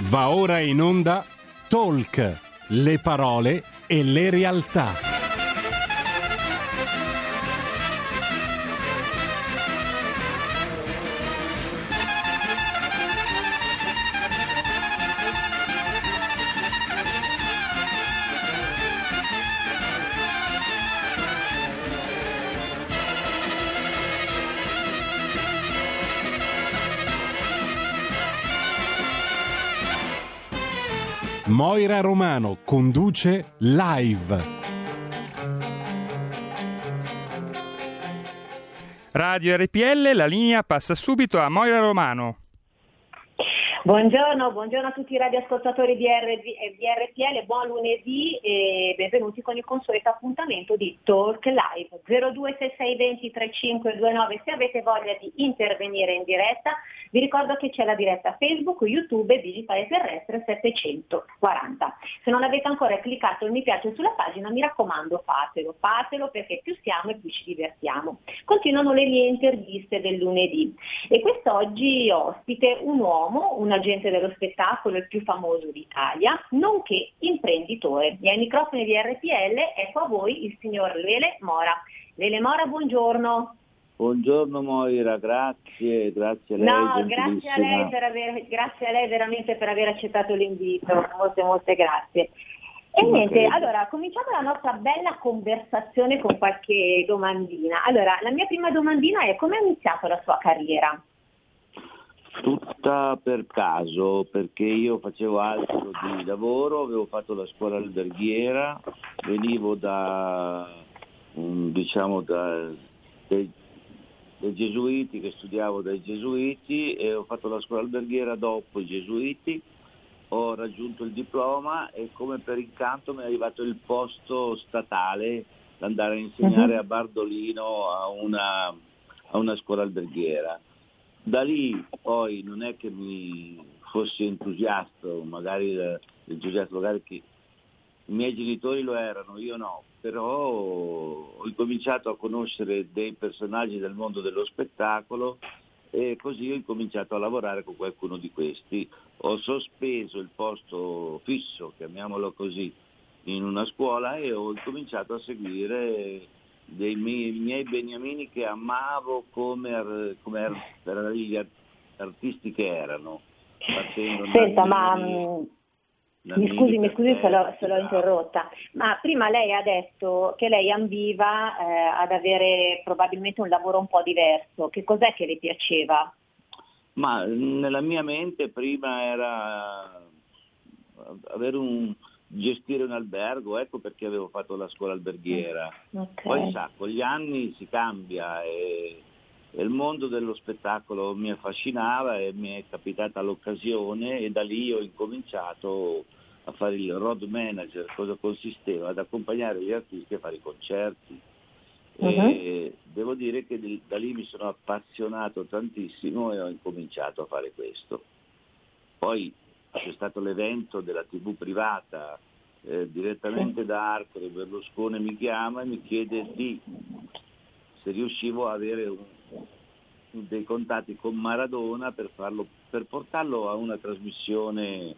Va ora in onda Talk, le parole e le realtà. Moira Romano conduce live. Radio RPL, la linea passa subito a Moira Romano. Buongiorno a tutti i radioascoltatori di RPL, buon lunedì e benvenuti con il consueto appuntamento di Talk Live 026620 3529. Se avete voglia di intervenire in diretta, vi ricordo che c'è la diretta Facebook, YouTube e Digitale Terrestre 740. Se non avete ancora cliccato il mi piace sulla pagina, mi raccomando fatelo perché più siamo e più ci divertiamo. Continuano le mie interviste del lunedì e quest'oggi ospite un uomo, un agente dello spettacolo, il più famoso d'Italia, nonché imprenditore. E ai microfoni di RPL ecco a voi il signor Lele Mora. Lele Mora, buongiorno. Buongiorno Moira, grazie a lei. No, grazie a lei veramente per aver accettato l'invito, molte grazie. E niente, allora cominciamo la nostra bella conversazione con qualche domandina. Allora, la mia prima domandina è: come ha iniziato la sua carriera? Tutta per caso, perché io facevo altro di lavoro, avevo fatto la scuola alberghiera, venivo dai gesuiti, che studiavo dai gesuiti, e ho fatto la scuola alberghiera dopo i gesuiti, ho raggiunto il diploma e come per incanto mi è arrivato il posto statale da andare a insegnare a Bardolino a una scuola alberghiera. Da lì poi non è che mi fossi entusiasta, magari che i miei genitori lo erano, io no, però ho incominciato a conoscere dei personaggi del mondo dello spettacolo e così ho incominciato a lavorare con qualcuno di questi. Ho sospeso il posto fisso, chiamiamolo così, in una scuola e ho incominciato a seguire dei miei beniamini che amavo come gli artisti che erano. Senta, mi scusi se l'ho interrotta, ma prima lei ha detto che lei ambiva ad avere probabilmente un lavoro un po' diverso. Che cos'è che le piaceva? Ma nella mia mente prima era gestire un albergo, ecco perché avevo fatto la scuola alberghiera. Okay. Poi con gli anni si cambia e il mondo dello spettacolo mi affascinava e mi è capitata l'occasione e da lì ho incominciato a fare il road manager. Cosa consisteva? Ad accompagnare gli artisti a fare i concerti. E devo dire che da lì mi sono appassionato tantissimo e ho incominciato a fare questo. Poi c'è stato l'evento della TV privata, direttamente da Arcore. Berlusconi mi chiama e mi chiede se riuscivo a avere dei contatti con Maradona per portarlo a una trasmissione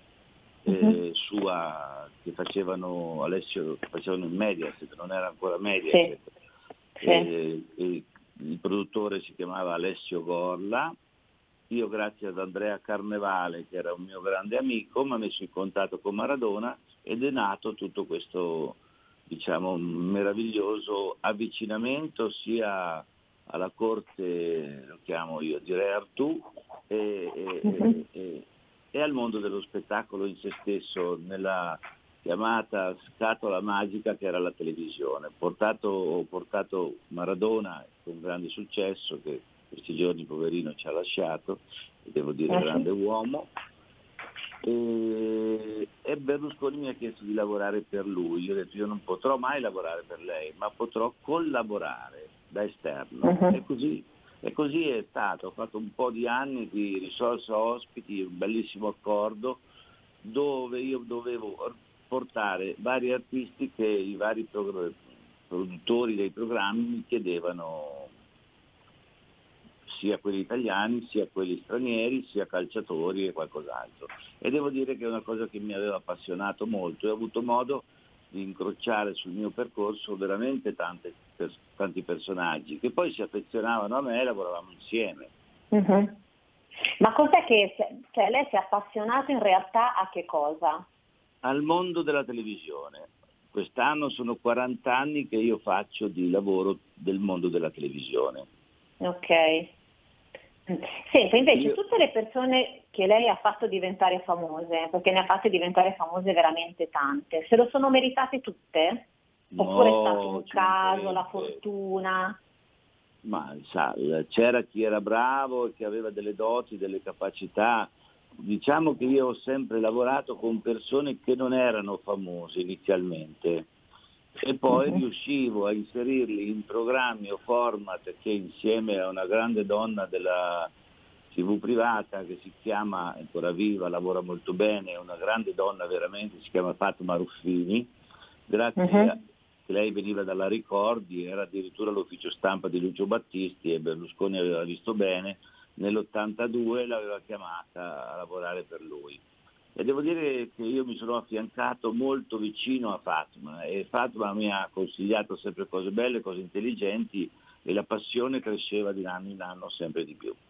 sua che facevano in Mediaset, non era ancora Mediaset. Il produttore si chiamava Alessio Gorla. Io, grazie ad Andrea Carnevale, che era un mio grande amico, mi ha messo in contatto con Maradona ed è nato tutto questo, meraviglioso avvicinamento sia alla corte, lo chiamo io, direi Artù, e al mondo dello spettacolo in se stesso, nella chiamata scatola magica che era la televisione. Ho portato Maradona con grande successo, che questi giorni poverino ci ha lasciato, e devo dire grande uomo, e Berlusconi mi ha chiesto di lavorare per lui. Io ho detto: io non potrò mai lavorare per lei, ma potrò collaborare da esterno. E così è stato. Ho fatto un po' di anni di risorsa ospiti, un bellissimo accordo dove io dovevo portare vari artisti che i vari produttori dei programmi mi chiedevano sia quelli italiani, sia quelli stranieri, sia calciatori e qualcos'altro. E devo dire che è una cosa che mi aveva appassionato molto e ho avuto modo di incrociare sul mio percorso veramente tanti personaggi che poi si affezionavano a me e lavoravamo insieme. Mhm. Ma cos'è che, cioè lei si è appassionato in realtà a che cosa? Al mondo della televisione. Quest'anno sono 40 anni che io faccio di lavoro del mondo della televisione. Ok. Senta, invece tutte le persone che lei ha fatto diventare famose, perché ne ha fatte diventare famose veramente tante, se lo sono meritate tutte? Oppure è stato un caso, la fortuna? Ma sa, c'era chi era bravo e che aveva delle doti, delle capacità. Diciamo che io ho sempre lavorato con persone che non erano famose inizialmente e poi riuscivo a inserirli in programmi o format che insieme a una grande donna della TV privata che si chiama, ancora viva, lavora molto bene, è una grande donna veramente, si chiama Fatma Ruffini, grazie a che lei veniva dalla Ricordi, era addirittura l'ufficio stampa di Lucio Battisti e Berlusconi aveva visto bene, nell'82 l'aveva chiamata a lavorare per lui. E devo dire che io mi sono affiancato molto vicino a Fatma e Fatma mi ha consigliato sempre cose belle, cose intelligenti e la passione cresceva di anno in anno sempre di più.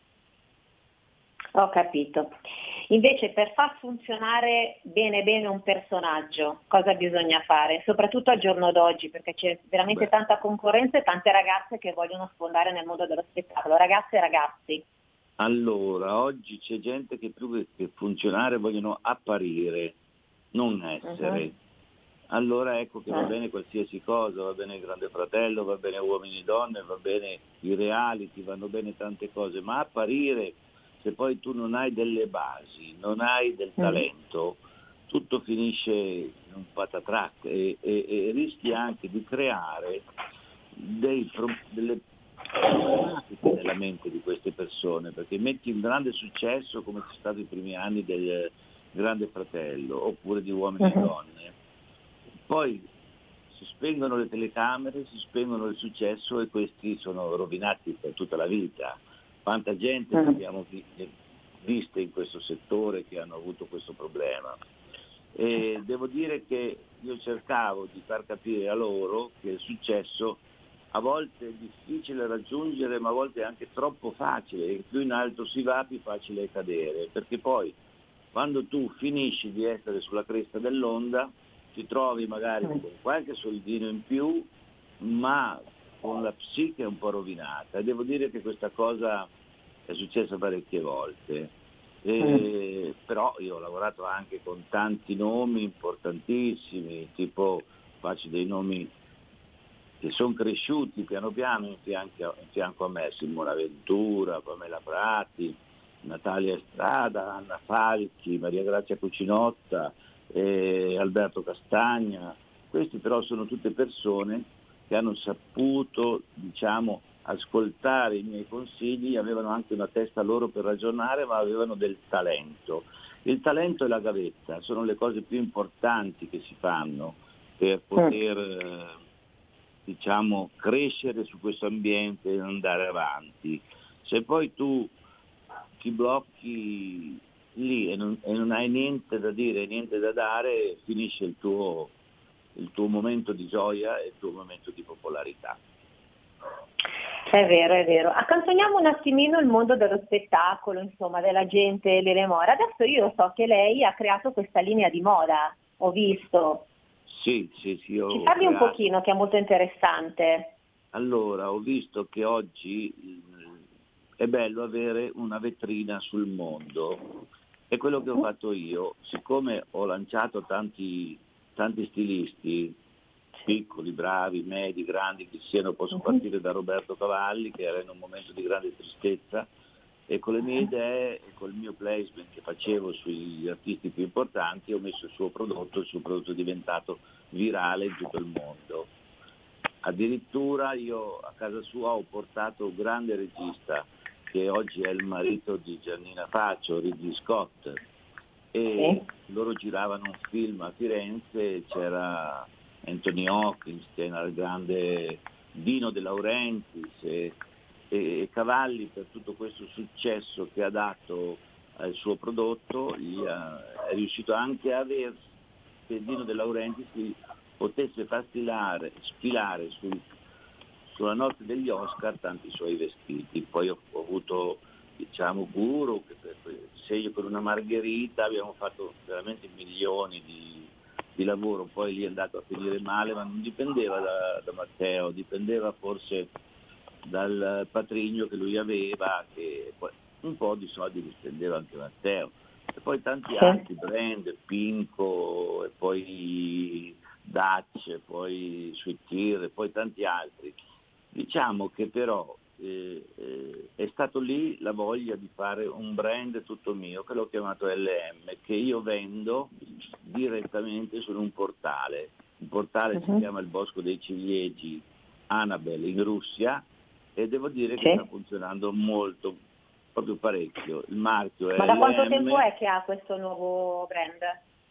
Ho capito. Invece per far funzionare bene bene un personaggio, cosa bisogna fare? Soprattutto al giorno d'oggi, perché c'è veramente tanta concorrenza e tante ragazze che vogliono sfondare nel mondo dello spettacolo, ragazze e ragazzi. Allora, oggi c'è gente che più che funzionare vogliono apparire, non essere. Allora ecco che va bene qualsiasi cosa, va bene il Grande Fratello, va bene Uomini e Donne, va bene i reality, vanno bene tante cose, ma apparire, se poi tu non hai delle basi, non hai del talento, tutto finisce in un patatrac e rischi anche di creare delle problematiche nella mente di queste persone, perché metti un grande successo come c'è stato i primi anni del Grande Fratello oppure di Uomini e Donne, poi si spengono le telecamere, si spengono il successo e questi sono rovinati per tutta la vita. Quanta gente abbiamo viste in questo settore che hanno avuto questo problema. E devo dire che io cercavo di far capire a loro che il successo a volte è difficile raggiungere, ma a volte è anche troppo facile, e più in alto si va più facile è cadere, perché poi quando tu finisci di essere sulla cresta dell'onda ti trovi magari con qualche soldino in più, ma con la psiche un po' rovinata, e devo dire che questa cosa è successa parecchie volte. Però io ho lavorato anche con tanti nomi importantissimi, tipo faccio dei nomi che sono cresciuti piano piano in fianco a me: Simona Ventura, Pamela Prati, Natalia Estrada, Anna Falchi, Maria Grazia Cucinotta, Alberto Castagna. Questi però sono tutte persone che hanno saputo, diciamo, ascoltare i miei consigli, avevano anche una testa loro per ragionare, ma avevano del talento. Il talento e la gavetta sono le cose più importanti che si fanno per poter diciamo crescere su questo ambiente e andare avanti. Se poi tu ti blocchi lì e non hai niente da dire, niente da dare, finisce il tuo momento di gioia e il tuo momento di popolarità. È vero, è vero. Accantoniamo un attimino il mondo dello spettacolo, insomma, della gente, delle more. Adesso io so che lei ha creato questa linea di moda, ho visto. Sì. Ci parli un pochino, che è molto interessante. Allora, ho visto che oggi è bello avere una vetrina sul mondo. È quello che ho fatto io. Siccome ho lanciato tanti stilisti, piccoli, bravi, medi, grandi, che siano, posso partire da Roberto Cavalli, che era in un momento di grande tristezza, e con le mie idee e col mio placement che facevo sugli artisti più importanti ho messo il suo prodotto è diventato virale in tutto il mondo. Addirittura io a casa sua ho portato un grande regista che oggi è il marito di Giannina Faccio, Ridley Scott, e loro giravano un film a Firenze, c'era Anthony Hopkins, c'era il grande Dino De Laurentiis, e Cavalli, per tutto questo successo che ha dato al suo prodotto, è riuscito anche a avere che Dino De Laurentiis potesse far sfilare sulla notte degli Oscar tanti suoi vestiti. Poi ho avuto, diciamo, Guru, che se io con una Margherita abbiamo fatto veramente milioni di lavoro, poi lì è andato a finire male, ma non dipendeva da Matteo, dipendeva forse dal patrigno che lui aveva, che poi un po' di soldi li spendeva anche Matteo, e poi tanti altri brand, Pinco, e poi Dutch, poi Sweet Tea, e poi tanti altri. Diciamo che però è stato lì la voglia di fare un brand tutto mio, che l'ho chiamato LM, che io vendo direttamente su un portale. Il portale si chiama Il Bosco dei Ciliegi Annabelle in Russia, e devo dire che sta funzionando molto, proprio parecchio. Il marchio è Ma da quanto LM. tempo è che ha questo nuovo brand?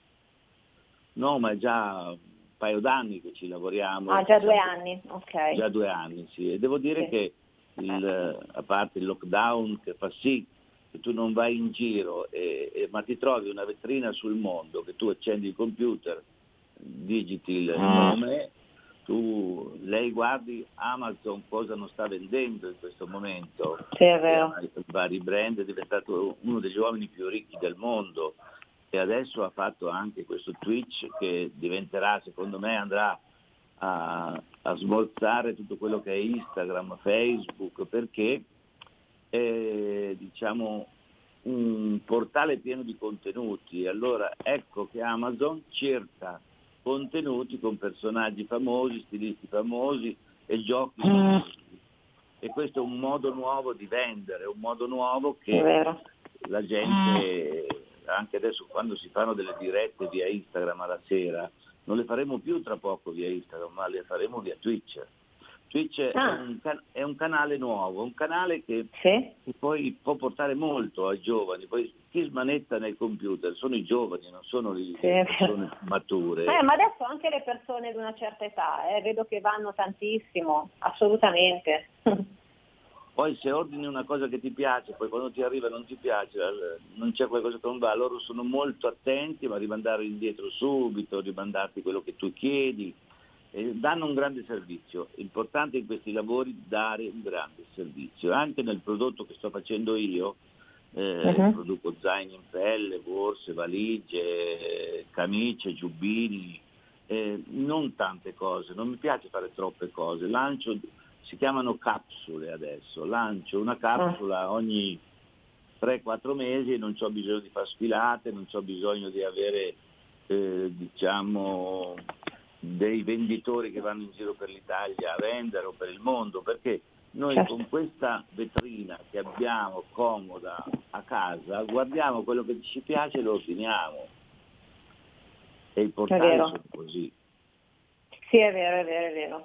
No, ma è già un paio d'anni che ci lavoriamo. Ah, già 2 anni, ok. Già 2 anni, sì. E devo dire che a parte il lockdown che fa sì che tu non vai in giro, ma ti trovi una vetrina sul mondo, che tu accendi il computer, digiti il nome, lei guardi Amazon cosa non sta vendendo in questo momento. Sì, è vero. Vari brand, è diventato uno degli uomini più ricchi del mondo, e adesso ha fatto anche questo Twitch che diventerà, secondo me, andrà a smorzare tutto quello che è Instagram, Facebook, perché è, diciamo, un portale pieno di contenuti. Allora ecco che Amazon cerca contenuti con personaggi famosi, stilisti famosi e giochi famosi. E questo è un modo nuovo di vendere, un modo nuovo che la gente, anche adesso quando si fanno delle dirette via Instagram alla sera, non le faremo più tra poco via Instagram, ma le faremo via Twitch. Twitch è un canale nuovo, un canale che poi può portare molto ai giovani. Poi chi smanetta nel computer sono i giovani, non sono le persone mature. Ma adesso anche le persone di una certa età, vedo che vanno tantissimo, assolutamente. Poi se ordini una cosa che ti piace, poi quando ti arriva non ti piace, non c'è qualcosa che non va, loro sono molto attenti, ma rimandare indietro subito, rimandarti quello che tu chiedi. Danno un grande servizio. Importante in questi lavori dare un grande servizio. Anche nel prodotto che sto facendo io, produco zaini in pelle, borse, valigie, camicie, giubbini, non tante cose, non mi piace fare troppe cose. Si chiamano capsule adesso, lancio una capsula ogni 3-4 mesi e non c'ho bisogno di far sfilate, non c'ho bisogno di avere diciamo dei venditori che vanno in giro per l'Italia a vendere o per il mondo, perché noi con questa vetrina che abbiamo comoda a casa guardiamo quello che ci piace e lo ordiniamo, e i portali sono così. Sì, è vero.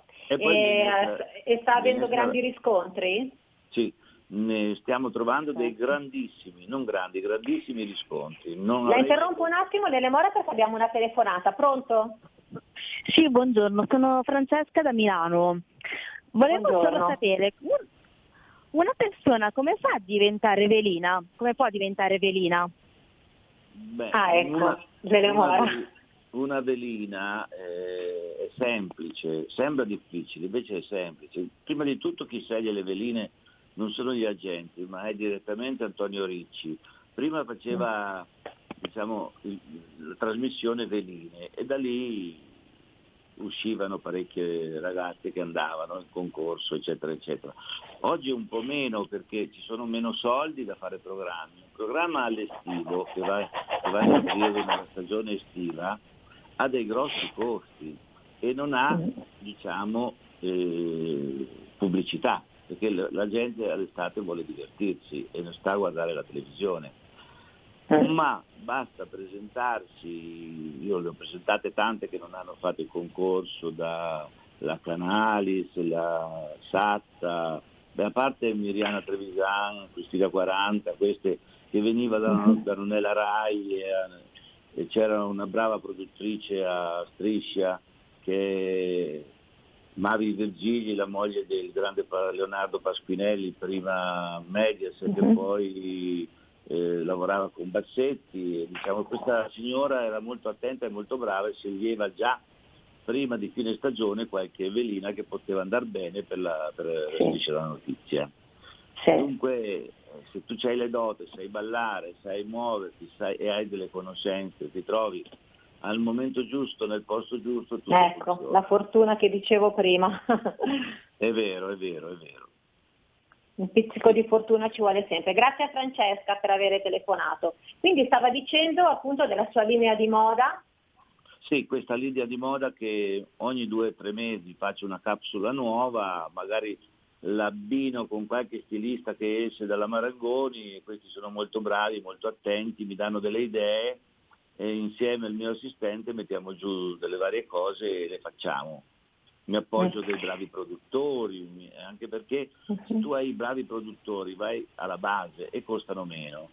E sta avendo grandi riscontri? Sì, ne stiamo trovando dei grandissimi riscontri. La interrompo un attimo, Lelemora, perché abbiamo una telefonata. Pronto? Sì, buongiorno, sono Francesca da Milano. Volevo solo sapere, una persona come fa a diventare velina? Come può diventare velina? Beh, ecco, Lelemora. Una velina è semplice, sembra difficile, invece è semplice. Prima di tutto chi sceglie le veline non sono gli agenti, ma è direttamente Antonio Ricci. Prima faceva la trasmissione Veline, e da lì uscivano parecchie ragazze che andavano in concorso, eccetera, eccetera. Oggi un po' meno, perché ci sono meno soldi da fare programmi. Un programma all'estivo, che va nel periodo della stagione estiva, ha dei grossi costi e non ha, pubblicità, perché la gente all'estate vuole divertirsi e non sta a guardare la televisione. Ma basta presentarsi, io le ho presentate tante che non hanno fatto il concorso, la Canalis, la Satta, a parte Miriana Trevisan, Cristina 40, queste che veniva da Nonella Rai, e c'era una brava produttrice a Striscia che Mavi Virgili, la moglie del grande Leonardo Pasquinelli, prima Mediaset e poi lavorava con Bassetti. E, diciamo, questa signora era molto attenta e molto brava e sceglieva già prima di fine stagione qualche velina che poteva andare bene per dicere la notizia. Dunque, se tu hai le doti, sai ballare, sai muoverti, e hai delle conoscenze, ti trovi al momento giusto, nel posto giusto, tutto ecco, funziona. La fortuna che dicevo prima. È vero. Un pizzico di fortuna ci vuole sempre. Grazie a Francesca per aver telefonato. Quindi stava dicendo appunto della sua linea di moda. Sì, questa linea di moda che ogni 2 o 3 mesi faccio una capsula nuova, magari l'abbino con qualche stilista che esce dalla Marangoni, e questi sono molto bravi, molto attenti, mi danno delle idee e insieme al mio assistente mettiamo giù delle varie cose e le facciamo. Mi appoggio dei bravi produttori, anche perché se tu hai i bravi produttori vai alla base e costano meno.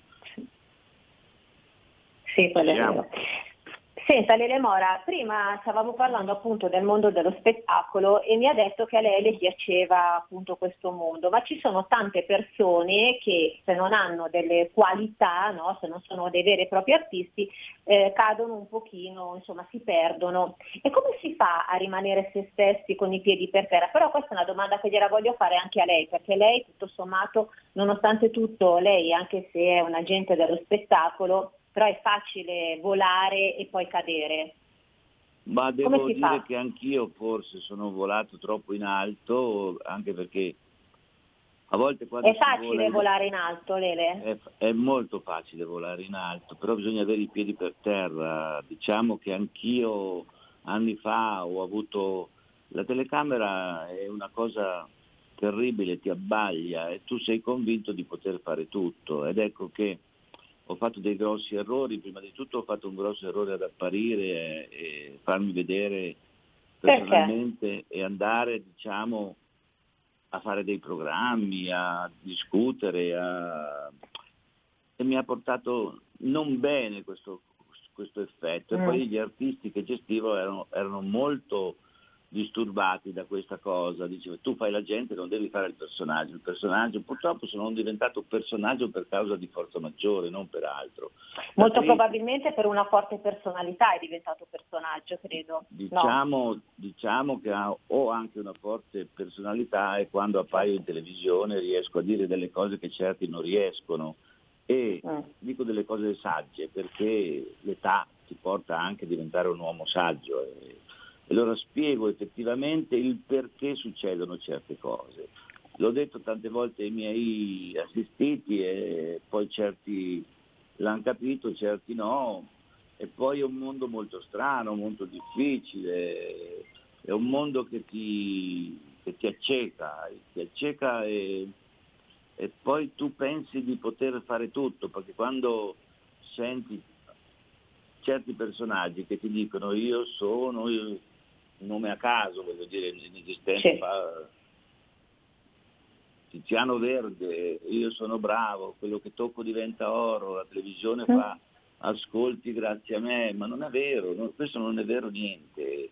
Sì, quello è vero. Senta Lele Mora, prima stavamo parlando appunto del mondo dello spettacolo e mi ha detto che a lei le piaceva appunto questo mondo, ma ci sono tante persone che se non hanno delle qualità, no, se non sono dei veri e propri artisti, cadono un pochino, insomma si perdono. E come si fa a rimanere se stessi con i piedi per terra? Però questa è una domanda che gliela voglio fare anche a lei, perché lei tutto sommato, nonostante tutto, lei anche se è un agente dello spettacolo, però è facile volare e poi cadere. Ma devo dire che anch'io forse sono volato troppo in alto, anche perché a volte quando è facile volare in alto, Lele? È molto facile volare in alto, però bisogna avere i piedi per terra. Diciamo che anch'io anni fa ho avuto... La telecamera è una cosa terribile, ti abbaglia e tu sei convinto di poter fare tutto, ed ecco che ho fatto dei grossi errori. Prima di tutto ho fatto un grosso errore ad apparire e farmi vedere personalmente e andare, diciamo, a fare dei programmi, a discutere, e mi ha portato non bene questo effetto. E poi gli artisti che gestivo erano molto disturbati da questa cosa, dicevo tu fai la gente, non devi fare il personaggio, purtroppo sono diventato un personaggio per causa di forza maggiore, non per altro. Molto probabilmente per una forte personalità è diventato personaggio, credo. Diciamo che ho anche una forte personalità e quando appaio in televisione riesco a dire delle cose che certi non riescono e dico delle cose sagge, perché l'età ti porta anche a diventare un uomo saggio e allora spiego effettivamente il perché succedono certe cose. L'ho detto tante volte ai miei assistiti e poi certi l'hanno capito, certi no, e poi è un mondo molto strano, molto difficile, è un mondo che ti acceca e poi tu pensi di poter fare tutto, perché quando senti certi personaggi che ti dicono io sono... un nome a caso, voglio dire, inesistente, Tiziano Verde, io sono bravo, quello che tocco diventa oro, la televisione fa ascolti grazie a me, ma non è vero, questo non è vero niente.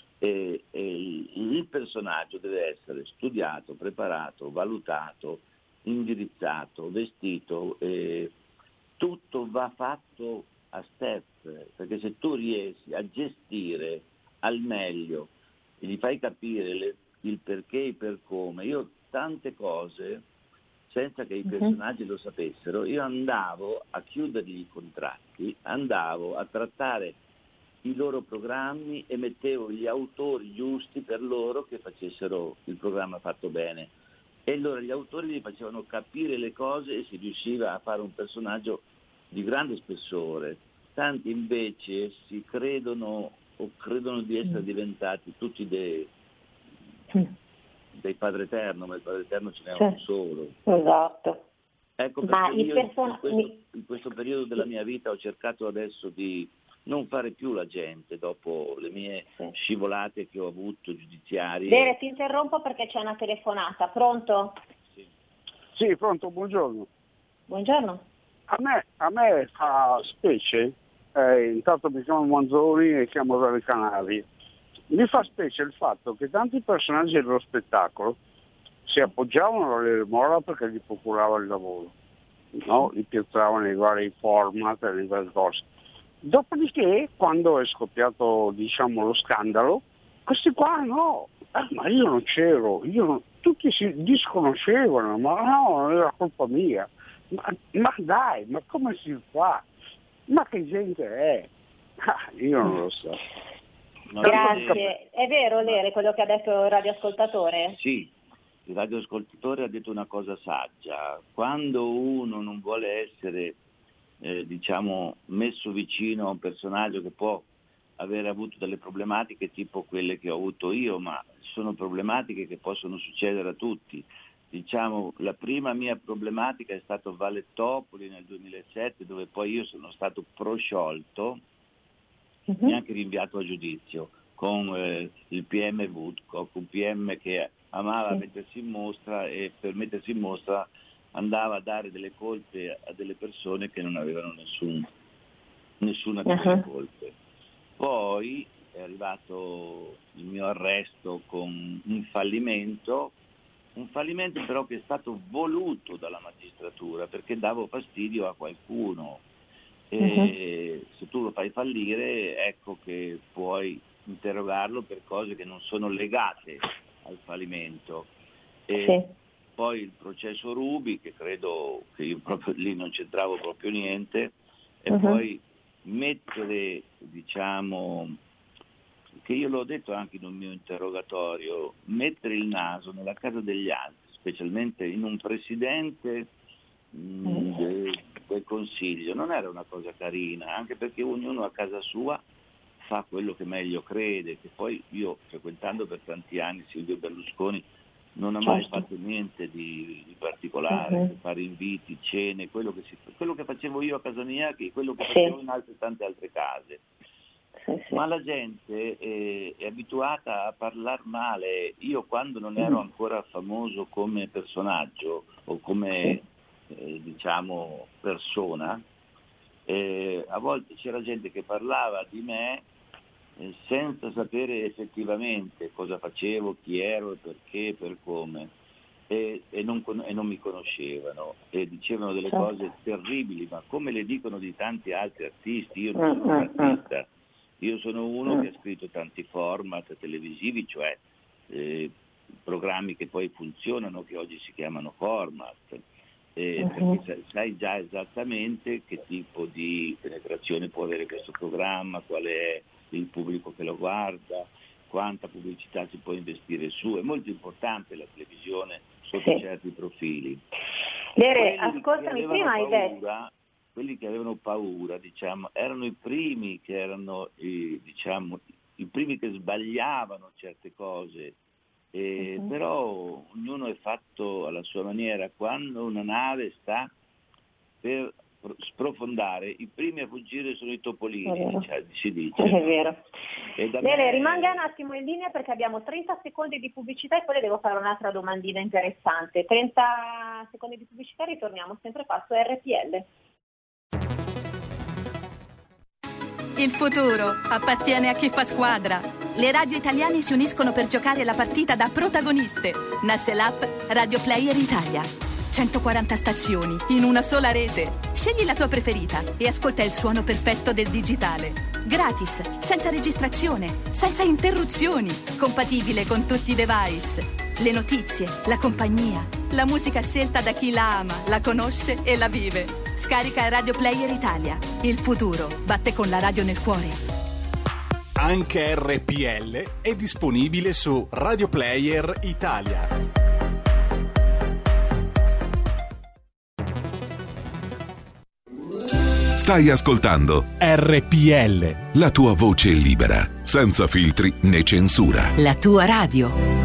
Il personaggio deve essere studiato, preparato, valutato, indirizzato, vestito, tutto va fatto a step, perché se tu riesci a gestire al meglio e gli fai capire il perché e il per come, io tante cose senza che i personaggi lo sapessero, io andavo a chiudergli i contratti, andavo a trattare i loro programmi e mettevo gli autori giusti per loro che facessero il programma fatto bene, e allora gli autori gli facevano capire le cose e si riusciva a fare un personaggio di grande spessore. Tanti invece si credono di essere diventati tutti dei Padre Eterno, ma il Padre Eterno ce n'è uno solo. Esatto. Ecco perché io in questo periodo della mia vita ho cercato adesso di non fare più la gente dopo le mie scivolate che ho avuto giudiziarie. Bene, ti interrompo perché c'è una telefonata. Pronto? Sì, pronto, buongiorno. Buongiorno. A me fa specie, intanto mi chiamo Manzoni e chiamo dalle Canarie. mi fa specie il fatto che tanti personaggi dello spettacolo si appoggiavano alle Mora perché gli procurava il lavoro, no? Li piazzavano nei vari format e nei vari cose. Dopodiché, quando è scoppiato, diciamo, lo scandalo, questi qua no, ma io non c'ero, tutti si disconoscevano, ma no, non era colpa mia. Ma dai, ma come si fa? Ma che gente è? Io non lo so. Grazie. È vero, Lere, quello che ha detto il radioascoltatore? Sì, il radioascoltatore ha detto una cosa saggia. Quando uno non vuole essere, messo vicino a un personaggio che può avere avuto delle problematiche tipo quelle che ho avuto io, ma sono problematiche che possono succedere a tutti. Diciamo, la prima mia problematica è stato Vallettopoli nel 2007, dove poi io sono stato prosciolto, neanche rinviato a giudizio, con il PM Woodcock, un PM che amava mettersi in mostra e per mettersi in mostra andava a dare delle colpe a delle persone che non avevano nessuna di quelle colpe. Poi è arrivato il mio arresto con un fallimento però che è stato voluto dalla magistratura perché davo fastidio a qualcuno. E se tu lo fai fallire, ecco che puoi interrogarlo per cose che non sono legate al fallimento. Poi il processo Ruby, che credo che io proprio lì non c'entravo proprio niente, e poi mettere, diciamo, che io l'ho detto anche in un mio interrogatorio, mettere il naso nella casa degli altri, specialmente in un presidente del Consiglio, non era una cosa carina, anche perché ognuno a casa sua fa quello che meglio crede, che poi io, frequentando per tanti anni Silvio Berlusconi, non ha mai fatto niente di particolare, fare inviti, cene, quello che facevo io a casa mia, che quello che facevo in tante altre case. Ma la gente è abituata a parlare male. Io quando non ero ancora famoso come personaggio o come persona, a volte c'era gente che parlava di me senza sapere effettivamente cosa facevo, chi ero e perché, per come, e non mi conoscevano e dicevano delle cose terribili, ma come le dicono di tanti altri artisti. Io non sono un artista, io sono uno che ha scritto tanti format televisivi, cioè programmi che poi funzionano, che oggi si chiamano format, perché sai già esattamente che tipo di penetrazione può avere questo programma, qual è il pubblico che lo guarda, quanta pubblicità si può investire su. È molto importante la televisione sotto certi profili. Ascoltami, prima hai detto... Quelli che avevano paura, diciamo, erano i primi che erano, i primi che sbagliavano certe cose. Però ognuno è fatto alla sua maniera. Quando una nave sta per sprofondare, i primi a fuggire sono i topolini, si dice. È vero. Rimanga un attimo in linea perché abbiamo 30 secondi di pubblicità e poi le devo fare un'altra domandina interessante. 30 secondi di pubblicità, ritorniamo sempre qua su RPL. Il futuro appartiene a chi fa squadra. Le radio italiane si uniscono per giocare la partita da protagoniste. Nasce l'app Radio Player Italia. 140 stazioni in una sola rete. Scegli la tua preferita e ascolta il suono perfetto del digitale. Gratis, senza registrazione, senza interruzioni. Compatibile con tutti i device. Le notizie, la compagnia, la musica scelta da chi la ama, la conosce e la vive. Scarica Radio Player Italia. Il futuro batte con la radio nel cuore. Anche RPL è disponibile su Radio Player Italia. Stai ascoltando RPL, la tua voce libera, senza filtri né censura. La tua radio.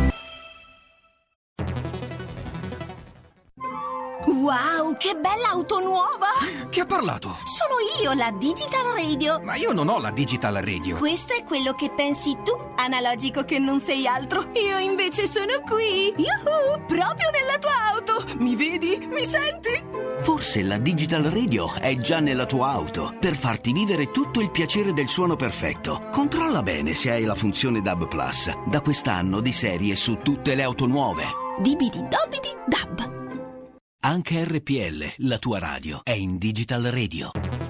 Wow, che bella auto nuova! Chi ha parlato? Sono io, la Digital Radio. Ma io non ho la Digital Radio. Questo è quello che pensi tu, analogico che non sei altro. Io invece sono qui, proprio nella tua auto. Mi vedi? Mi senti? Forse la Digital Radio è già nella tua auto per farti vivere tutto il piacere del suono perfetto. Controlla bene se hai la funzione DAB+. Da quest'anno di serie su tutte le auto nuove. Dibidi-dobidi DAB. Anche RPL, la tua radio, è in Digital Radio.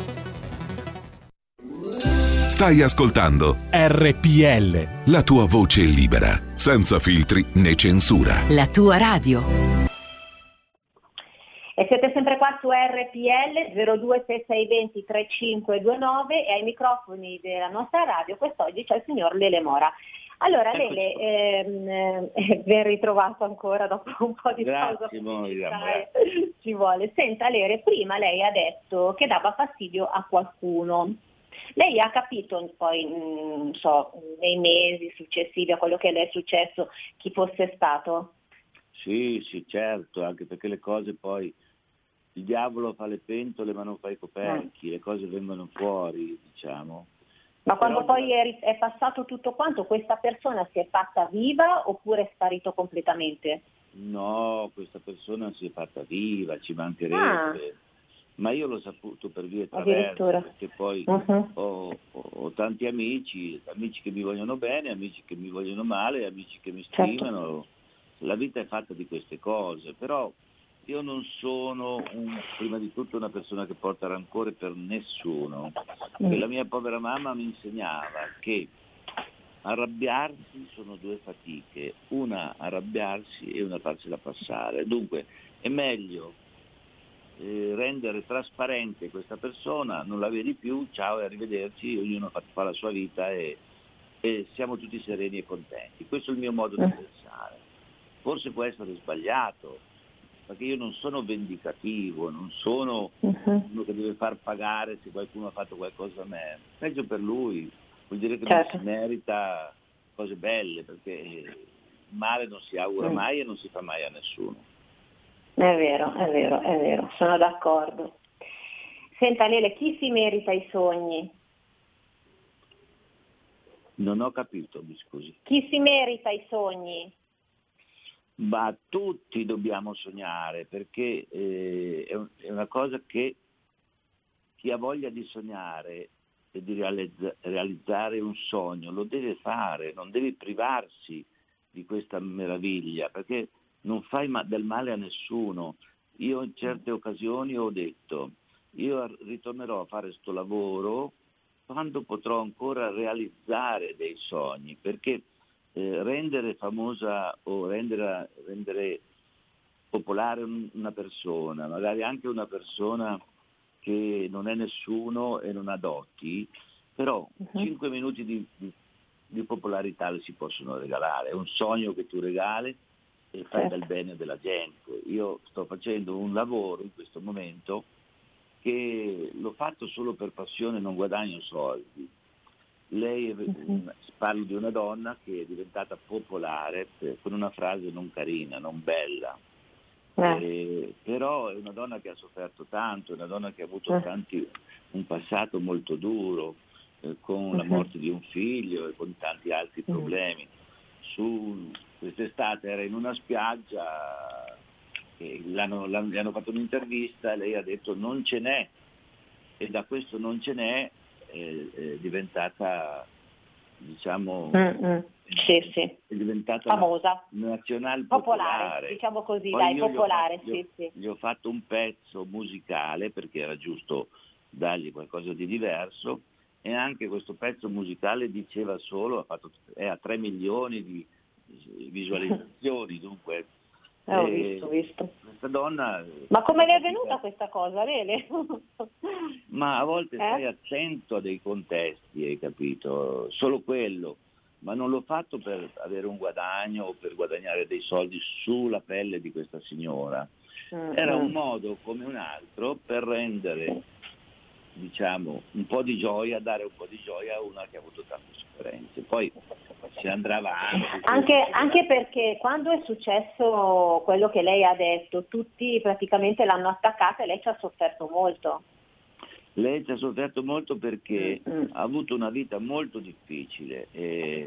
Stai ascoltando RPL. la tua voce libera, senza filtri né censura. La tua radio. E siete sempre qua su RPL 026620 3529 e ai microfoni della nostra radio quest'oggi c'è il signor Lele Mora. Allora Lele, ben ritrovato ancora dopo un po' di pausa. Ci vuole. Senta Lele, prima lei ha detto che dava fastidio a qualcuno. Lei ha capito poi, non so, nei mesi successivi a quello che le è successo, chi fosse stato? Sì, certo, anche perché le cose poi, il diavolo fa le pentole ma non fa i coperchi, le cose vengono fuori, diciamo. Ma quando poi è passato tutto quanto, questa persona si è fatta viva oppure è sparito completamente? No, questa persona si è fatta viva, ci mancherebbe. Ma io l'ho saputo per vie traverse, perché poi ho tanti amici che mi vogliono bene, amici che mi vogliono male, amici che mi stimano. La vita è fatta di queste cose, però io non sono prima di tutto una persona che porta rancore per nessuno. E la mia povera mamma mi insegnava che arrabbiarsi sono due fatiche, una arrabbiarsi e una farsela passare. Dunque è meglio rendere trasparente questa persona, non la vedi più, ciao e arrivederci, ognuno fa la sua vita e siamo tutti sereni e contenti. Questo è il mio modo di pensare. Forse può essere sbagliato, perché io non sono vendicativo, non sono uno che deve far pagare se qualcuno ha fatto qualcosa a me. Peggio per lui, vuol dire che non si merita cose belle, perché il male non si augura mai e non si fa mai a nessuno. È vero, sono d'accordo. Senta Lele, chi si merita i sogni? Non ho capito, mi scusi. Chi si merita i sogni? Ma tutti dobbiamo sognare, perché è una cosa che chi ha voglia di sognare e di realizzare un sogno lo deve fare, non deve privarsi di questa meraviglia, perché non fai del male a nessuno. Io in certe occasioni ho detto, io ritornerò a fare sto lavoro quando potrò ancora realizzare dei sogni, perché rendere famosa o rendere popolare una persona, magari anche una persona che non è nessuno e non ha doti, però 5 minuti di popolarità le si possono regalare, è un sogno che tu regali e fai del bene della gente. Io sto facendo un lavoro in questo momento che l'ho fatto solo per passione, non guadagno soldi. Lei parla di una donna che è diventata popolare con una frase non carina, non bella, però è una donna che ha sofferto tanto, è una donna che ha avuto un passato molto duro, con la morte di un figlio e con tanti altri problemi. Quest'estate era in una spiaggia, gli hanno fatto un'intervista e lei ha detto non ce n'è, e da questo non ce n'è è diventata, diciamo, è diventata famosa, nazionale popolare, diciamo così. Poi popolare. Gli ho fatto un pezzo musicale perché era giusto dargli qualcosa di diverso, e anche questo pezzo musicale diceva solo, è a 3 milioni di visualizzazioni, dunque ho visto. Questa donna. Ma come le è venuta questa cosa, Lele? Ma a volte stai attento a dei contesti, hai capito? Solo quello. Ma non l'ho fatto per avere un guadagno o per guadagnare dei soldi sulla pelle di questa signora. Era un modo come un altro per rendere, diciamo, un po' di gioia, dare un po' di gioia a una che ha avuto tante sofferenze. Poi si andrà avanti. Anche perché quando è successo quello che lei ha detto, tutti praticamente l'hanno attaccata e lei ci ha sofferto molto. Lei ci ha sofferto molto perché ha avuto una vita molto difficile e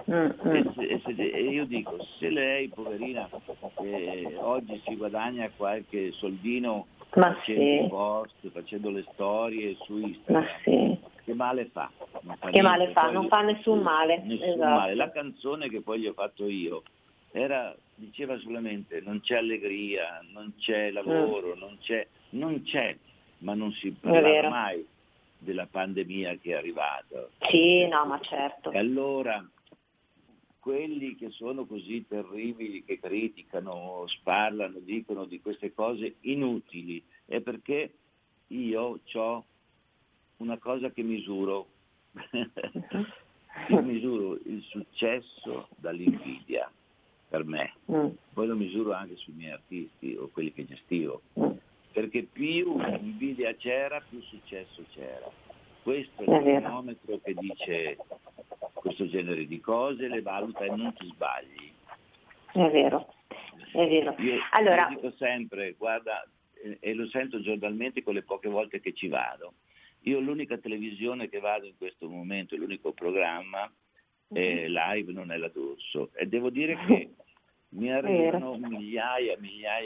io dico, se lei, poverina, oggi si guadagna qualche soldino facendo post, facendo le storie su Instagram. Ma sì. Che male fa? Non fa nessun male. Nessun male. La canzone che poi gli ho fatto io diceva solamente non c'è allegria, non c'è lavoro, non c'è, ma non si parlava mai della pandemia che è arrivata. Sì, no, ma certo. E allora quelli che sono così terribili, che criticano, sparlano, dicono di queste cose inutili, è perché io ho una cosa che misuro. Io misuro il successo dall'invidia, per me. Poi lo misuro anche sui miei artisti o quelli che gestivo. Perché più invidia c'era, più successo c'era. Questo è il termometro che dice questo genere di cose, le valuta e non ti sbagli. È vero. Io dico sempre, guarda, e lo sento giornalmente con le poche volte che ci vado. Io l'unica televisione che vado in questo momento, l'unico programma live non è la D'Urso. E devo dire che mi arrivano migliaia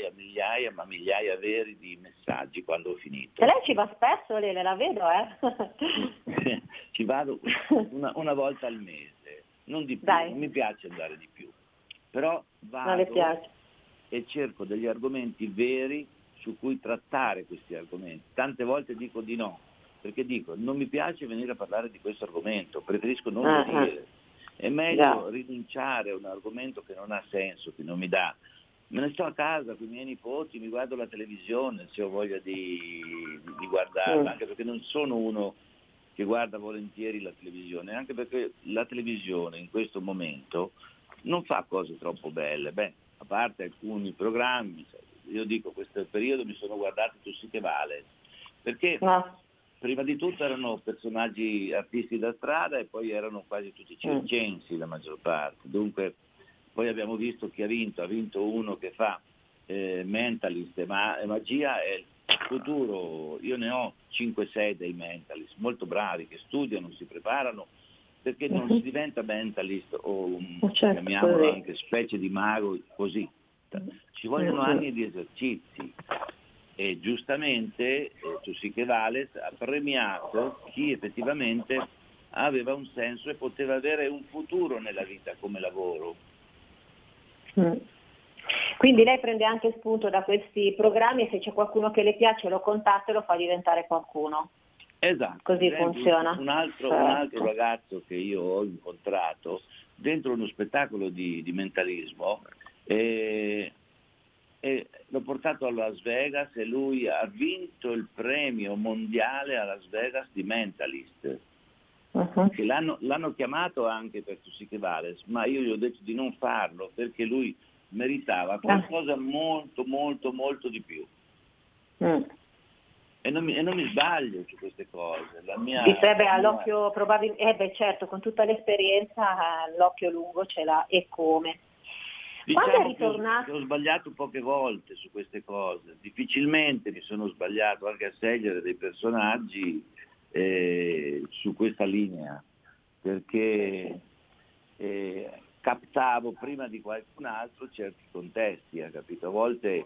veri di messaggi quando ho finito. E lei ci va spesso, Lele, la vedo, Ci vado una volta al mese, non di più, non mi piace andare di più. Però vado e cerco degli argomenti veri su cui trattare questi argomenti. Tante volte dico di no, perché dico non mi piace venire a parlare di questo argomento, preferisco non venire. È meglio rinunciare a un argomento che non ha senso, che non mi dà. Me ne sto a casa con i miei nipoti, mi guardo la televisione se ho voglia di guardarla, anche perché non sono uno che guarda volentieri la televisione, anche perché la televisione in questo momento non fa cose troppo belle. A parte alcuni programmi, io dico questo periodo mi sono guardato Tu sì che vale, perché prima di tutto erano personaggi artisti da strada e poi erano quasi tutti circensi la maggior parte. Dunque poi abbiamo visto chi ha vinto uno che fa Mentalist e Magia è il futuro. Io ne ho 5-6 dei Mentalist, molto bravi, che studiano, si preparano, perché non si diventa Mentalist o chiamiamolo anche specie di mago così. Ci vogliono anni di esercizi. E giustamente Tu sì che vale ha premiato chi effettivamente aveva un senso e poteva avere un futuro nella vita come lavoro. Quindi lei prende anche spunto da questi programmi e se c'è qualcuno che le piace lo contatta e lo fa diventare qualcuno. Esatto. Così funziona. Un altro ragazzo che io ho incontrato dentro uno spettacolo di mentalismo e l'ho portato a Las Vegas e lui ha vinto il premio mondiale a Las Vegas di Mentalist. Che l'hanno chiamato anche per Tu sì che vale, ma io gli ho detto di non farlo perché lui meritava qualcosa molto molto molto di più. E non mi sbaglio su queste cose. All'occhio probabilmente, certo, con tutta l'esperienza l'occhio lungo ce l'ha e come. Diciamo che ho sbagliato poche volte su queste cose, difficilmente mi sono sbagliato anche a scegliere dei personaggi su questa linea, perché captavo prima di qualcun altro certi contesti, ha capito? A volte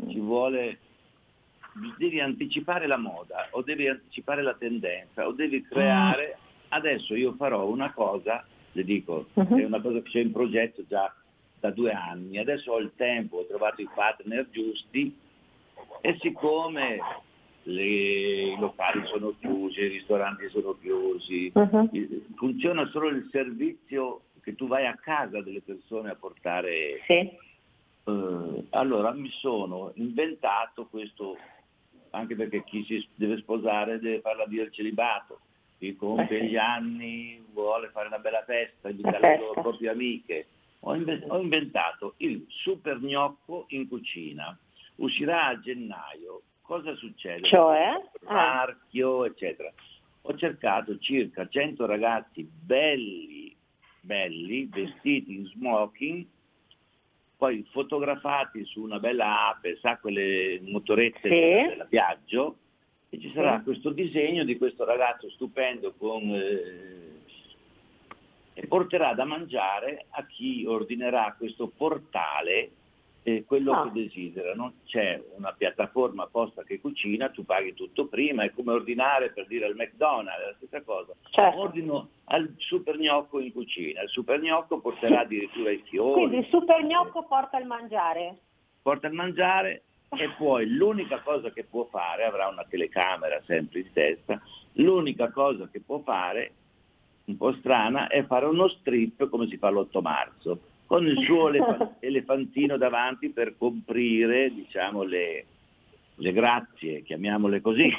devi anticipare la moda, o devi anticipare la tendenza, o devi creare. Adesso io farò una cosa, le dico, è una cosa che c'è in progetto già da 2 anni, adesso ho il tempo, ho trovato i partner giusti e siccome i locali sono chiusi, i ristoranti sono chiusi, funziona solo il servizio che tu vai a casa delle persone a portare. Allora mi sono inventato questo, anche perché chi si deve sposare deve farla dire il celibato, chi compie gli anni vuole fare una bella festa, invitare le loro proprie amiche. Ho inventato il super gnocco in cucina, uscirà a gennaio. Cosa succede? Marchio, eccetera. Ho cercato circa 100 ragazzi belli, vestiti in smoking, poi fotografati su una bella ape, quelle motorette della Piaggio, e ci sarà questo disegno di questo ragazzo stupendo e porterà da mangiare a chi ordinerà questo portale quello che desiderano. C'è una piattaforma apposta che cucina, tu paghi tutto prima, è come ordinare, per dire, al McDonald's, è la stessa cosa. Certo. Ordino al super gnocco in cucina, il super gnocco porterà addirittura i fiori. Quindi il super gnocco porta il mangiare? Porta il mangiare e poi l'unica cosa che può fare, avrà una telecamera sempre in testa, l'unica cosa che può fare, un po' strana, è fare uno strip come si fa l'8 marzo, con il suo elefantino davanti per coprire, diciamo, le grazie, chiamiamole così.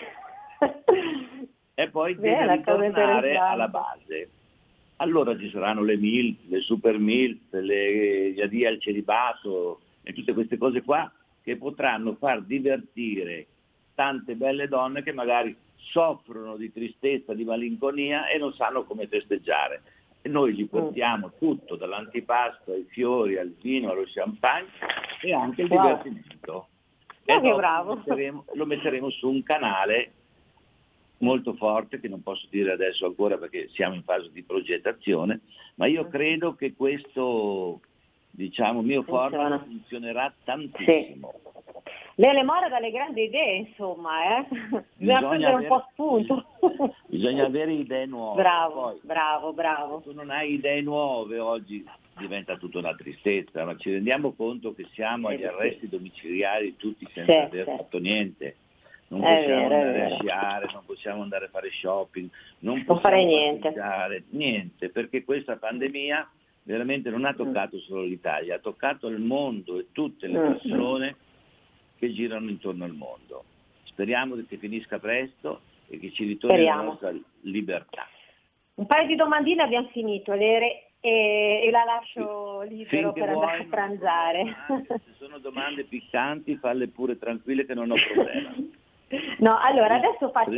E poi deve ritornare alla base. Allora ci saranno le MILF, le super MILF, gli addii al celibato e tutte queste cose qua che potranno far divertire tante belle donne che magari soffrono di tristezza, di malinconia e non sanno come festeggiare. E noi gli portiamo tutto, dall'antipasto ai fiori, al vino, allo champagne e anche il divertimento. E che bravo! Lo metteremo su un canale molto forte, che non posso dire adesso ancora perché siamo in fase di progettazione, ma io credo che questo, diciamo, mio format funzionerà tantissimo. Sì. Lele Mora dalle grandi idee, insomma, bisogna prendere un po' spunto. Bisogna avere idee nuove. Bravo. Se tu non hai idee nuove oggi diventa tutta una tristezza, ma ci rendiamo conto che siamo agli arresti domiciliari tutti senza aver fatto niente. Non possiamo andare a sciare, non possiamo andare a fare shopping, non possiamo fare niente, perché questa pandemia veramente non ha toccato solo l'Italia, ha toccato il mondo e tutte le persone che girano intorno al mondo. Speriamo che finisca presto e che ci ritorni la nostra libertà. Un paio di domandine abbiamo finito, Lere, e la lascio libero per andare a pranzare. Se sono domande piccanti, falle pure tranquille che non ho problema. No, allora adesso faccio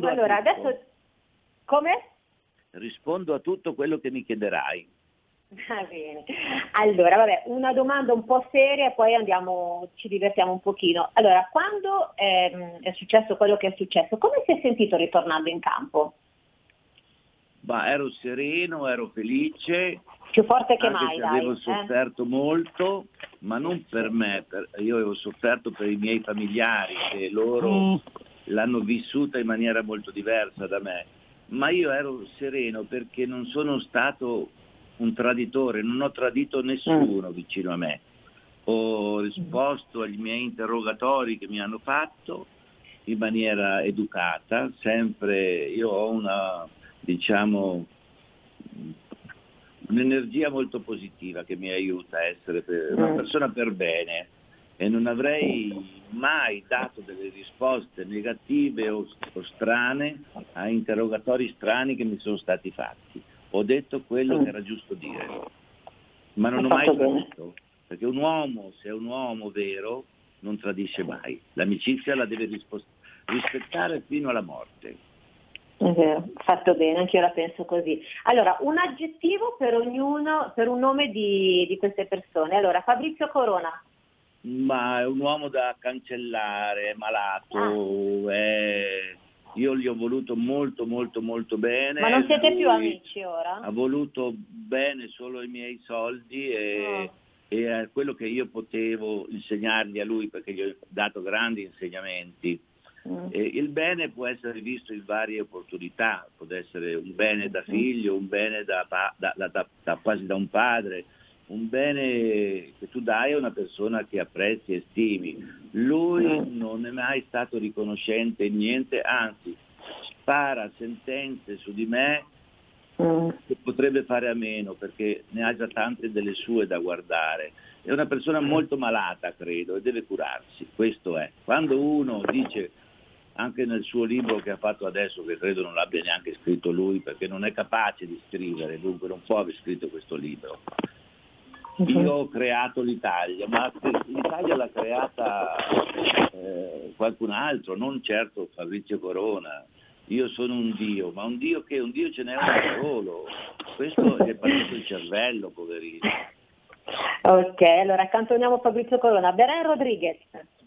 come? Rispondo a tutto quello che mi chiederai. Va bene. Allora, una domanda un po' seria e poi ci divertiamo un pochino. Allora, quando è successo quello che è successo, come si è sentito ritornando in campo? Ero sereno, ero felice. Più forte che mai, dai. Avevo sofferto molto, ma non per me. Io avevo sofferto per i miei familiari, che loro l'hanno vissuta in maniera molto diversa da me. Ma io ero sereno perché non sono stato un traditore, non ho tradito nessuno vicino a me. Ho risposto agli miei interrogatori che mi hanno fatto in maniera educata, sempre. Io ho un'energia molto positiva che mi aiuta a essere una persona per bene e non avrei mai dato delle risposte negative o strane a interrogatori strani che mi sono stati fatti. Ho detto quello che era giusto dire, ma non ho mai tradito, perché un uomo, se è un uomo vero, non tradisce mai. L'amicizia la deve rispettare fino alla morte. È vero, fatto bene, anche io la penso così. Allora, un aggettivo per ognuno, per un nome di queste persone. Allora, Fabrizio Corona. Ma è un uomo da cancellare, è malato, io gli ho voluto molto molto molto bene. Ma non siete più amici ora? Ha voluto bene solo i miei soldi e quello che io potevo insegnargli a lui, perché gli ho dato grandi insegnamenti. Il bene può essere visto in varie opportunità, può essere un bene da figlio, un bene quasi da un padre, un bene che tu dai a una persona che apprezzi e stimi. Lui non è mai stato riconoscente in niente, anzi spara sentenze su di me che potrebbe fare a meno, perché ne ha già tante delle sue da guardare. È una persona molto malata, credo, e deve curarsi. Questo è. Quando uno dice, anche nel suo libro che ha fatto adesso, che credo non l'abbia neanche scritto lui perché non è capace di scrivere, dunque non può aver scritto questo libro. Io ho creato l'Italia, ma l'Italia l'ha creata qualcun altro, non certo Fabrizio Corona. Io sono un Dio, ma un Dio ce n'è uno solo. Questo è partito il cervello, poverino. Ok, allora accantoniamo Fabrizio Corona. Beren Rodriguez.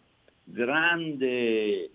Grande,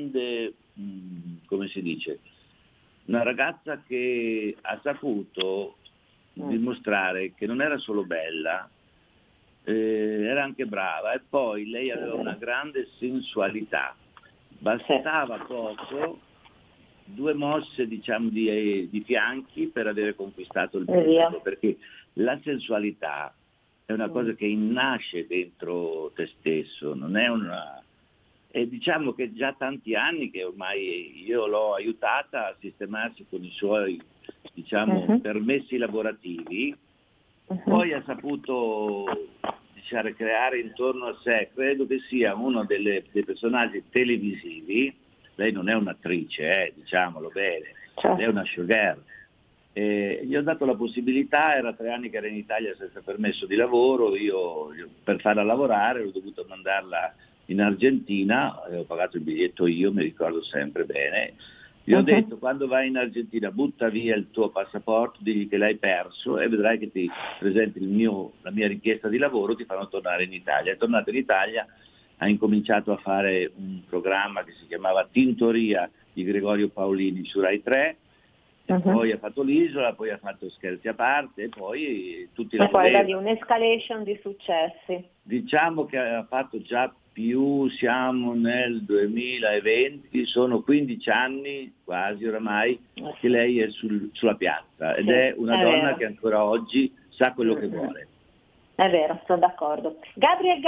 come si dice, una ragazza che ha saputo dimostrare che non era solo bella, era anche brava, e poi lei aveva una grande sensualità, bastava poco, 2 mosse diciamo di fianchi per avere conquistato il pubblico, perché la sensualità è una cosa che nasce dentro te stesso, non è una... E diciamo che già tanti anni che ormai io l'ho aiutata a sistemarsi con i suoi, diciamo, permessi lavorativi, poi ha saputo, diciamo, creare intorno a sé, credo che sia uno dei personaggi televisivi. Lei non è un'attrice, diciamolo bene, lei è una showgirl. Gli ho dato la possibilità, era 3 anni che era in Italia senza permesso di lavoro, io per farla lavorare ho dovuto mandarla in Argentina, ho pagato il biglietto io, mi ricordo sempre bene. Gli ho detto: quando vai in Argentina butta via il tuo passaporto, digli che l'hai perso e vedrai che ti presenti la mia richiesta di lavoro, ti fanno tornare in Italia. È tornato in Italia, ha incominciato a fare un programma che si chiamava Tintoria di Gregorio Paolini su Rai 3, poi ha fatto l'Isola, poi ha fatto Scherzi a parte, e poi tutti la volevano. E poi da lì volevano. un'escalation di successi. Diciamo che ha fatto già più, siamo nel 2020, sono 15 anni quasi oramai che lei è sulla piazza, ed è una donna vero, che ancora oggi sa quello che vuole. È vero, sono d'accordo. Gabriel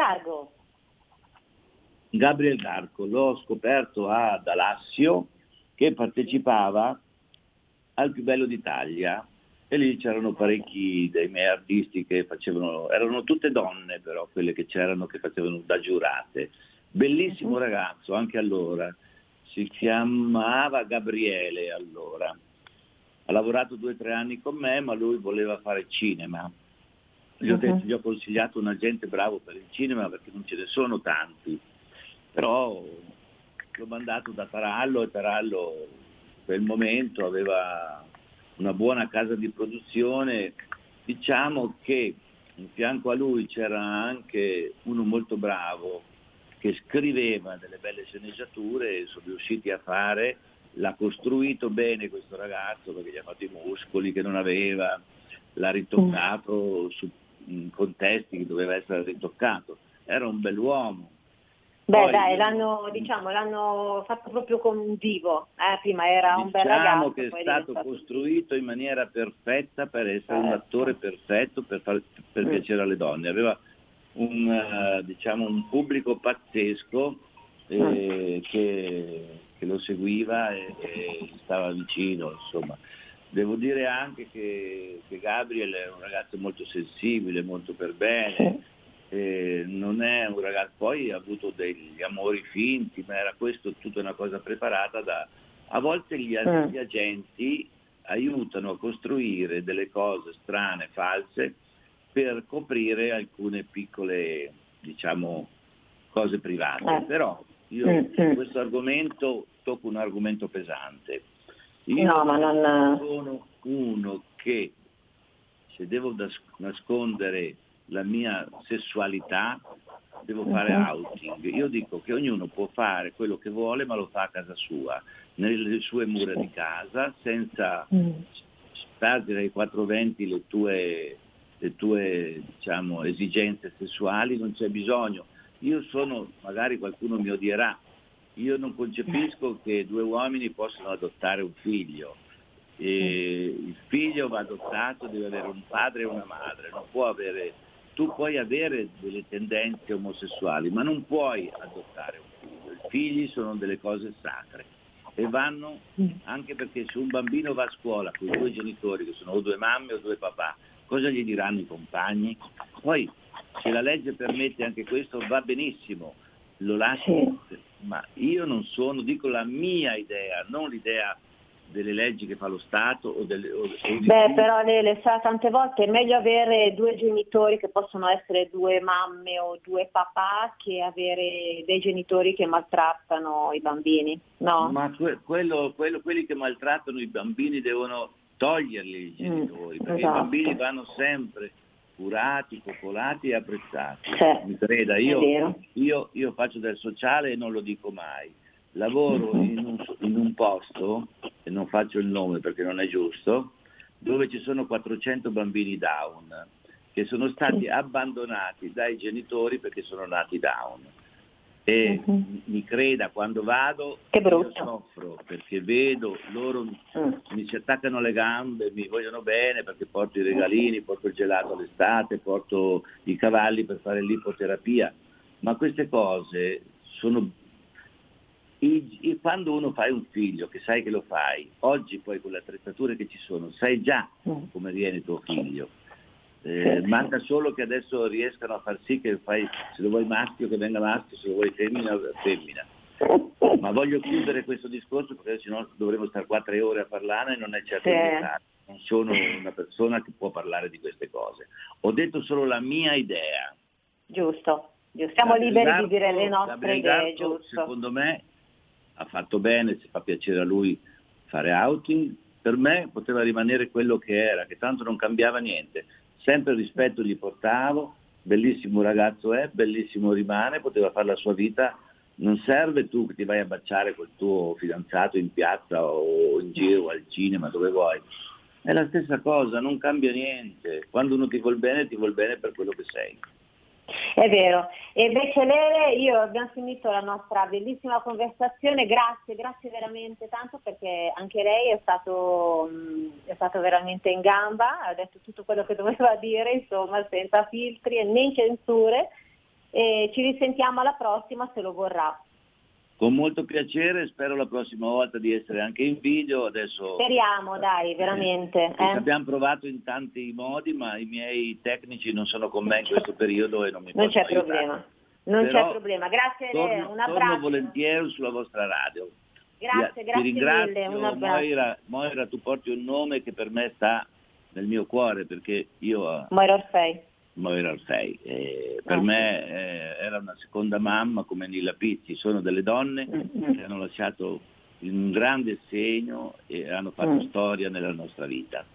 Gargo, l'ho scoperto ad Alassio, che partecipava al Più Bello d'Italia, e lì c'erano parecchi dei miei artisti che facevano, erano tutte donne però quelle che c'erano, che facevano da giurate. Bellissimo ragazzo anche allora, si chiamava Gabriele allora, ha lavorato 2 o 3 anni con me, ma lui voleva fare cinema. Gli ho consigliato un agente bravo per il cinema perché non ce ne sono tanti, però l'ho mandato da Tarallo, e Tarallo in quel momento aveva una buona casa di produzione. Diciamo che in fianco a lui c'era anche uno molto bravo che scriveva delle belle sceneggiature, e sono riusciti a fare, l'ha costruito bene questo ragazzo, perché gli ha fatto i muscoli che non aveva, l'ha ritoccato in contesti che doveva essere ritoccato, era un bell'uomo. L'hanno fatto proprio con un divo, prima era un bel ragazzo. Che è stato costruito in maniera perfetta per essere un attore perfetto, per piacere alle donne. Aveva un pubblico pazzesco che lo seguiva e stava vicino, insomma. Devo dire anche che Gabriel è un ragazzo molto sensibile, molto per bene. Non è un ragazzo, poi ha avuto degli amori finti, ma era questo tutta una cosa preparata a volte gli agenti aiutano a costruire delle cose strane, false, per coprire alcune piccole, diciamo, cose private. Però io su questo argomento tocco un argomento pesante. Io sono uno che, se devo nascondere la mia sessualità, devo fare outing. Io dico che ognuno può fare quello che vuole, ma lo fa a casa sua, nelle sue mura di casa, senza spargere ai 420 le tue diciamo esigenze sessuali. Non c'è bisogno. Magari qualcuno mi odierà, io non concepisco che 2 uomini possano adottare un figlio. Il figlio va adottato, deve avere un padre e una madre, non può avere. Tu puoi avere delle tendenze omosessuali, ma non puoi adottare un figlio. I figli sono delle cose sacre e vanno, anche perché se un bambino va a scuola con 2 genitori che sono o 2 mamme o 2 papà, cosa gli diranno i compagni? Poi, se la legge permette anche questo, va benissimo, lo lascio, ma io non dico la mia idea, non l'idea delle leggi che fa lo Stato però Lele, tante volte è meglio avere 2 genitori che possono essere 2 mamme o 2 papà, che avere dei genitori che maltrattano i bambini, no? Ma quelli che maltrattano i bambini devono toglierli i genitori, perché i bambini vanno sempre curati, coccolati e apprezzati. Mi creda, io faccio del sociale e non lo dico mai. Lavoro in un posto, e non faccio il nome perché non è giusto, dove ci sono 400 bambini down, che sono stati abbandonati dai genitori perché sono nati Down. E mi creda, quando vado io soffro perché vedo loro mi si attaccano alle gambe, mi vogliono bene perché porto i regalini, porto il gelato all'estate, porto i cavalli per fare l'ipoterapia, ma queste cose sono quando uno fai un figlio, che sai che lo fai, oggi poi con le attrezzature che ci sono sai già come viene tuo figlio. Manca solo che adesso riescano a far sì che se lo vuoi maschio che venga maschio, se lo vuoi femmina femmina. Ma voglio chiudere questo discorso perché sennò dovremo stare 4 ore a parlarne e non è certo necessario. Non sono una persona che può parlare di queste cose. Ho detto solo la mia idea. Giusto. Siamo liberi di dire le nostre idee, giusto. Secondo me ha fatto bene, se fa piacere a lui fare outing. Per me poteva rimanere quello che era, che tanto non cambiava niente. Sempre il rispetto gli portavo, bellissimo ragazzo è, bellissimo rimane, poteva fare la sua vita, non serve tu che ti vai a baciare col tuo fidanzato in piazza o in giro o al cinema, dove vuoi. È la stessa cosa, non cambia niente. Quando uno ti vuol bene per quello che sei. È vero. E invece Lele, io abbiamo finito la nostra bellissima conversazione, grazie veramente tanto, perché anche lei è stato veramente in gamba, ha detto tutto quello che doveva dire, insomma, senza filtri e né censure, e ci risentiamo alla prossima se lo vorrà. Con molto piacere, spero la prossima volta di essere anche in video. Adesso speriamo, dai, veramente. Ci abbiamo provato in tanti modi, ma i miei tecnici non sono con me in questo periodo e non mi possono aiutare. Non c'è problema. Grazie, un abbraccio. Torno volentieri sulla vostra radio. Grazie Ti ringrazio, mille, un abbraccio. Moira, tu porti un nome che per me sta nel mio cuore, perché io... Moira Orfei. Per me era una seconda mamma come Nilla Pizzi. Sono delle donne che hanno lasciato un grande segno e hanno fatto storia nella nostra vita.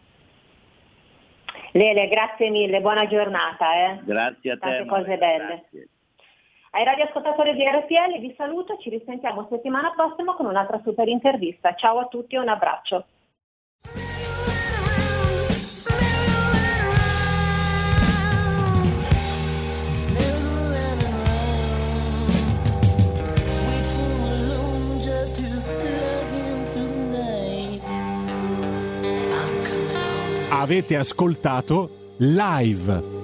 Lele, grazie mille, buona giornata. Grazie a te. Tante cose belle. Grazie. Ai radioascoltatori di RPL vi saluto, ci risentiamo settimana prossima con un'altra super intervista. Ciao a tutti e un abbraccio. Avete ascoltato Live.